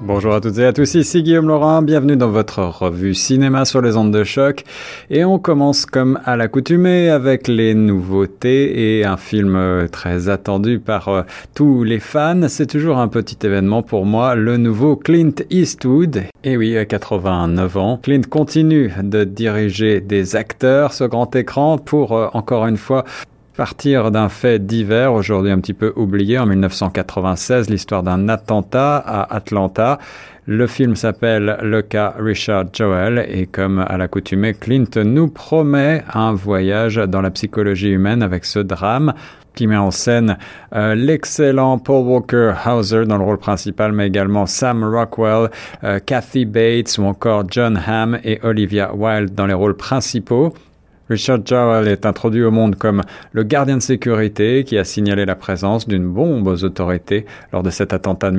Bonjour à toutes et à tous, ici Guillaume Laurin, bienvenue dans votre revue cinéma sur les ondes de choc. Et on commence comme à l'accoutumée avec les nouveautés et un film très attendu par tous les fans. C'est toujours un petit événement pour moi, le nouveau Clint Eastwood. Et oui, à 89 ans, Clint continue de diriger des acteurs sur grand écran pour encore une fois partir d'un fait divers, aujourd'hui un petit peu oublié, en 1996, l'histoire d'un attentat à Atlanta. Le film s'appelle Le cas Richard Jewell et comme à l'accoutumée, Clint nous promet un voyage dans la psychologie humaine avec ce drame qui met en scène l'excellent Paul Walker Hauser dans le rôle principal, mais également Sam Rockwell, Kathy Bates ou encore John Hamm et Olivia Wilde dans les rôles principaux. Richard Jewell est introduit au monde comme le gardien de sécurité qui a signalé la présence d'une bombe aux autorités lors de cet attentat de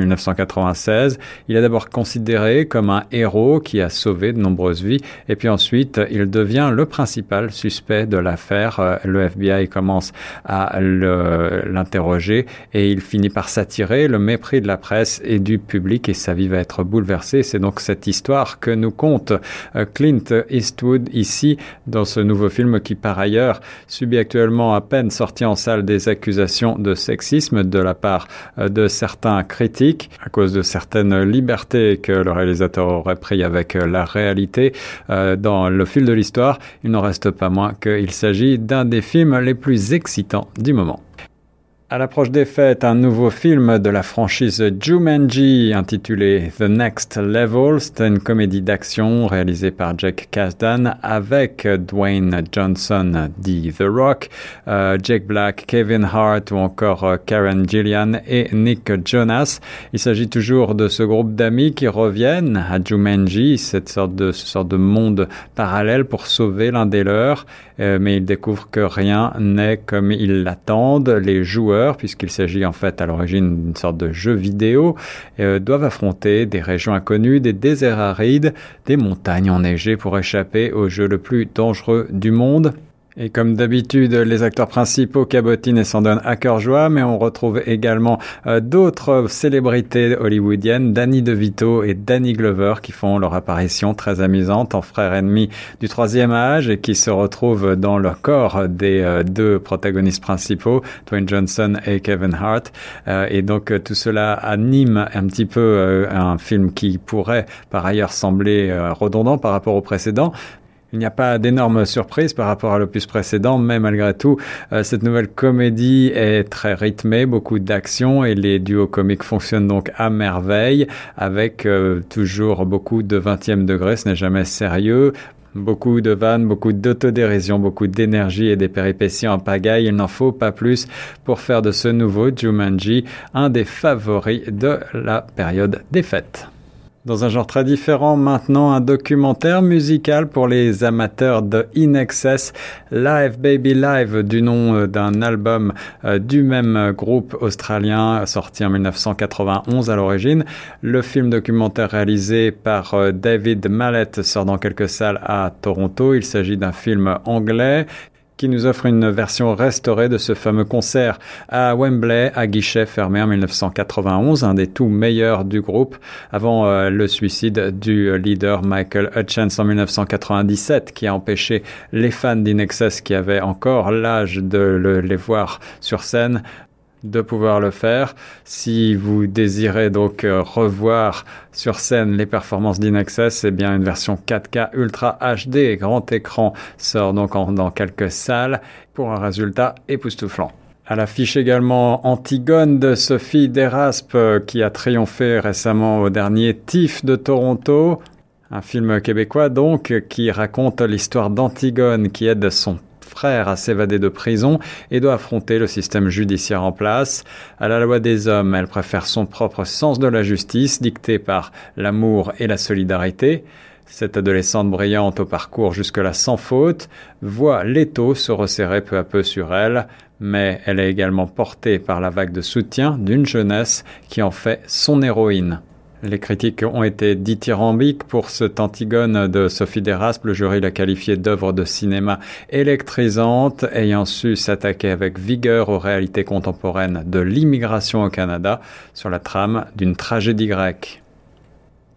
1996. Il est d'abord considéré comme un héros qui a sauvé de nombreuses vies et puis ensuite il devient le principal suspect de l'affaire. Le FBI commence à l'interroger et il finit par s'attirer le mépris de la presse et du public et sa vie va être bouleversée. C'est donc cette histoire que nous conte Clint Eastwood ici dans ce nouveau film qui par ailleurs subit actuellement à peine sorti en salle des accusations de sexisme de la part de certains critiques à cause de certaines libertés que le réalisateur aurait pris avec la réalité. Dans le fil de l'histoire, il n'en reste pas moins qu'il s'agit d'un des films les plus excitants du moment. À l'approche des fêtes, un nouveau film de la franchise Jumanji intitulé The Next Level. C'est une comédie d'action réalisée par Jake Kasdan avec Dwayne Johnson dit The Rock, Jake Black, Kevin Hart ou encore Karen Gillan et Nick Jonas. Il s'agit toujours de ce groupe d'amis qui reviennent à Jumanji, cette sorte de monde parallèle pour sauver l'un des leurs, mais ils découvrent que rien n'est comme ils l'attendent. Les joueurs, puisqu'il s'agit en fait à l'origine d'une sorte de jeu vidéo, doivent affronter des régions inconnues, des déserts arides, des montagnes enneigées pour échapper au jeu le plus dangereux du monde. Et comme d'habitude, les acteurs principaux cabotinent et s'en donnent à cœur joie, mais on retrouve également d'autres célébrités hollywoodiennes, Danny DeVito et Danny Glover, qui font leur apparition très amusante en frères ennemis du troisième âge et qui se retrouvent dans le corps des deux protagonistes principaux, Dwayne Johnson et Kevin Hart. Et donc tout cela anime un petit peu un film qui pourrait par ailleurs sembler redondant par rapport au précédent. Il n'y a pas d'énormes surprises par rapport à l'opus précédent, mais malgré tout, cette nouvelle comédie est très rythmée, beaucoup d'action et les duos comiques fonctionnent donc à merveille avec toujours beaucoup de 20e degré, ce n'est jamais sérieux. Beaucoup de vannes, beaucoup d'autodérision, beaucoup d'énergie et des péripéties en pagaille. Il n'en faut pas plus pour faire de ce nouveau Jumanji un des favoris de la période des fêtes. Dans un genre très différent, maintenant un documentaire musical pour les amateurs de In Excess, Live Baby Live, du nom d'un album du même groupe australien sorti en 1991 à l'origine. Le film documentaire réalisé par David Mallet sort dans quelques salles à Toronto. Il s'agit d'un film anglais qui nous offre une version restaurée de ce fameux concert à Wembley à guichet fermé en 1991, un des tout meilleurs du groupe, avant le suicide du leader Michael Hutchence en 1997, qui a empêché les fans d'In Excess qui avaient encore l'âge de les voir sur scène de pouvoir le faire. Si vous désirez donc revoir sur scène les performances d'In Excess, eh bien une version 4K Ultra HD grand écran sort donc dans quelques salles pour un résultat époustouflant. À l'affiche également Antigone de Sophie Deraspe qui a triomphé récemment au dernier TIFF de Toronto. Un film québécois donc qui raconte l'histoire d'Antigone qui aide son frère à s'évader de prison et doit affronter le système judiciaire en place. À la loi des hommes, elle préfère son propre sens de la justice, dicté par l'amour et la solidarité. Cette adolescente brillante au parcours jusque-là sans faute voit l'étau se resserrer peu à peu sur elle, mais elle est également portée par la vague de soutien d'une jeunesse qui en fait son héroïne. Les critiques ont été dithyrambiques pour cette Antigone de Sophie Deraspe. Le jury l'a qualifiée d'œuvre de cinéma électrisante, ayant su s'attaquer avec vigueur aux réalités contemporaines de l'immigration au Canada sur la trame d'une tragédie grecque.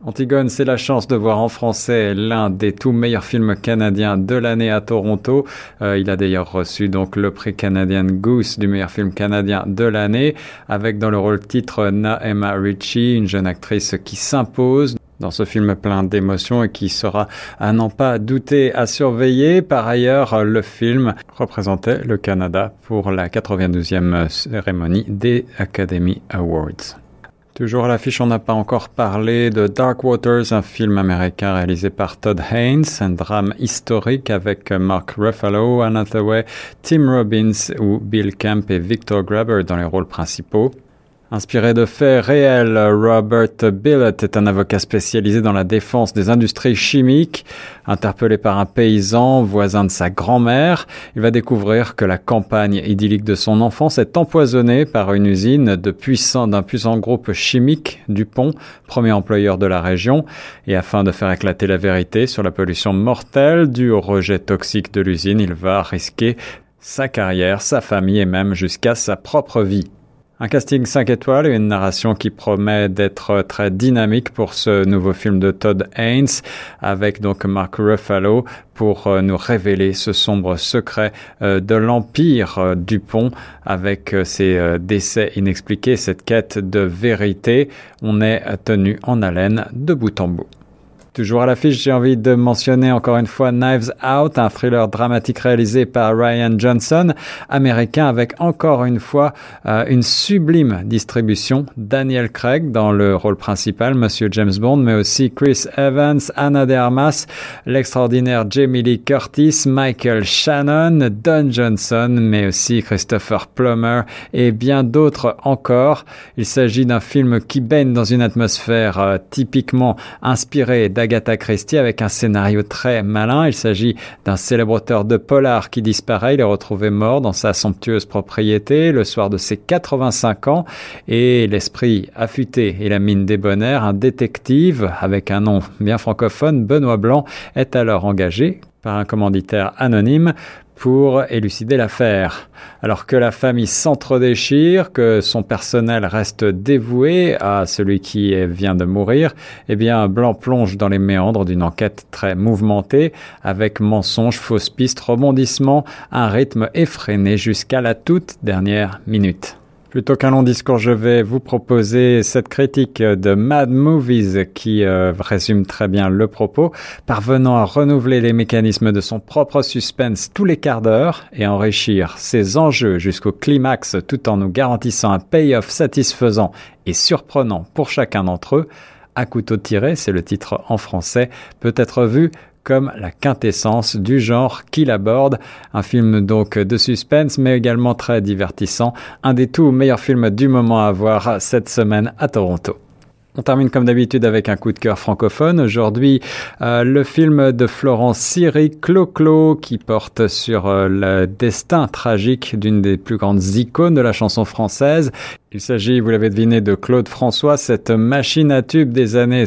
Antigone, c'est la chance de voir en français l'un des tout meilleurs films canadiens de l'année à Toronto. Il a d'ailleurs reçu donc le prix Canadian Goose du meilleur film canadien de l'année, avec dans le rôle titre Naema Ritchie, une jeune actrice qui s'impose dans ce film plein d'émotions et qui sera, à n'en pas douter, à surveiller. Par ailleurs, le film représentait le Canada pour la 92e cérémonie des Academy Awards. Toujours à l'affiche, on n'a pas encore parlé de Dark Waters, un film américain réalisé par Todd Haynes, un drame historique avec Mark Ruffalo, Anne Hathaway, Tim Robbins ou Bill Camp et Victor Garber dans les rôles principaux. Inspiré de faits réels, Robert Billett est un avocat spécialisé dans la défense des industries chimiques. Interpellé par un paysan voisin de sa grand-mère, il va découvrir que la campagne idyllique de son enfance est empoisonnée par une usine d'un puissant groupe chimique, DuPont, premier employeur de la région. Et afin de faire éclater la vérité sur la pollution mortelle due au rejet toxique de l'usine, il va risquer sa carrière, sa famille et même jusqu'à sa propre vie. Un casting 5 étoiles et une narration qui promet d'être très dynamique pour ce nouveau film de Todd Haynes, avec donc Mark Ruffalo pour nous révéler ce sombre secret de l'empire DuPont avec ses décès inexpliqués, cette quête de vérité. On est tenu en haleine de bout en bout. Toujours à l'affiche, j'ai envie de mentionner encore une fois Knives Out, un thriller dramatique réalisé par Rian Johnson, américain, avec encore une fois une sublime distribution. Daniel Craig dans le rôle principal, Monsieur James Bond, mais aussi Chris Evans, Ana de Armas, l'extraordinaire Jamie Lee Curtis, Michael Shannon, Don Johnson, mais aussi Christopher Plummer et bien d'autres encore. Il s'agit d'un film qui baigne dans une atmosphère typiquement inspirée d'Agatha Christie avec un scénario très malin. Il s'agit d'un célèbre auteur de polar qui disparaît. Il est retrouvé mort dans sa somptueuse propriété le soir de ses 85 ans et l'esprit affûté et la mine débonnaire, un détective avec un nom bien francophone, Benoît Blanc, est alors engagé par un commanditaire anonyme pour élucider l'affaire. Alors que la famille s'entre-déchire, que son personnel reste dévoué à celui qui vient de mourir, eh bien, Blanc plonge dans les méandres d'une enquête très mouvementée, avec mensonges, fausses pistes, rebondissements, un rythme effréné jusqu'à la toute dernière minute. Plutôt qu'un long discours, je vais vous proposer cette critique de Mad Movies qui résume très bien le propos, parvenant à renouveler les mécanismes de son propre suspense tous les quarts d'heure et enrichir ses enjeux jusqu'au climax tout en nous garantissant un payoff satisfaisant et surprenant pour chacun d'entre eux. À couteau tiré, c'est le titre en français, peut être vu comme la quintessence du genre qu'il aborde. Un film donc de suspense, mais également très divertissant. Un des tout meilleurs films du moment à voir cette semaine à Toronto. On termine comme d'habitude avec un coup de cœur francophone. Aujourd'hui, le film de Florence Siri, Clo-Clo, qui porte sur le destin tragique d'une des plus grandes icônes de la chanson française. Il s'agit, vous l'avez deviné, de Claude François, cette machine à tube des années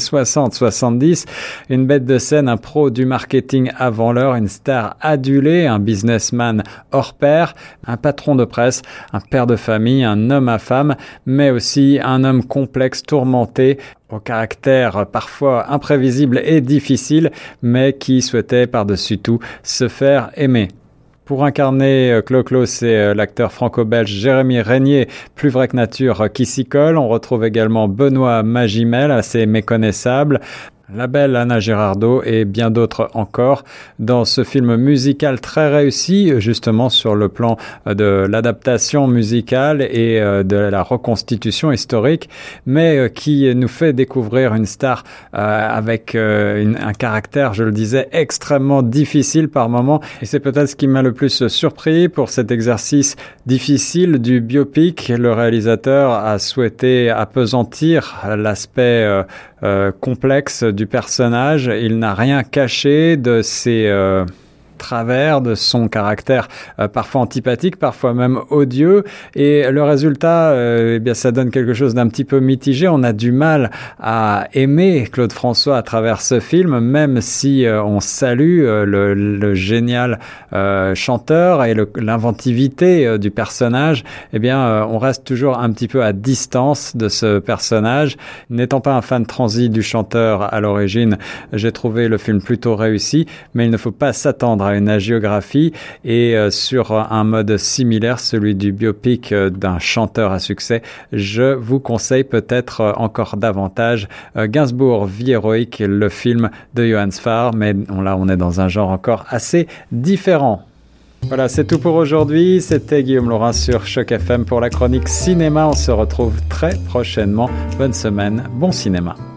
60-70, une bête de scène, un pro du marketing avant l'heure, une star adulée, un businessman hors pair, un patron de presse, un père de famille, un homme à femme, mais aussi un homme complexe, tourmenté, au caractère parfois imprévisible et difficile, mais qui souhaitait par-dessus tout se faire aimer. Pour incarner Clo-Clo, c'est l'acteur franco-belge Jérémy Régnier, plus vrai que nature, qui s'y colle. On retrouve également Benoît Magimel, assez méconnaissable, la belle Anna Girardot et bien d'autres encore dans ce film musical très réussi, justement sur le plan de l'adaptation musicale et de la reconstitution historique, mais qui nous fait découvrir une star avec un caractère, je le disais, extrêmement difficile par moments. Et c'est peut-être ce qui m'a le plus surpris pour cet exercice difficile du biopic. Le réalisateur a souhaité appesantir l'aspect complexe du personnage. Il n'a rien caché de ses travers, de son caractère parfois antipathique, parfois même odieux. Et le résultat, eh bien, ça donne quelque chose d'un petit peu mitigé. On a du mal à aimer Claude François à travers ce film, même si on salue le génial chanteur et l'inventivité du personnage. Eh bien, on reste toujours un petit peu à distance de ce personnage. N'étant pas un fan transi du chanteur à l'origine, j'ai trouvé le film plutôt réussi, mais il ne faut pas s'attendre à une hagiographie et sur un mode similaire, celui du biopic d'un chanteur à succès, je vous conseille peut-être encore davantage Gainsbourg, Vie héroïque, le film de Johannes Farr, mais là on est dans un genre encore assez différent. Voilà, c'est tout pour aujourd'hui. C'était Guillaume Laurin sur Choc FM pour la chronique cinéma. On se retrouve très prochainement. Bonne semaine, bon cinéma.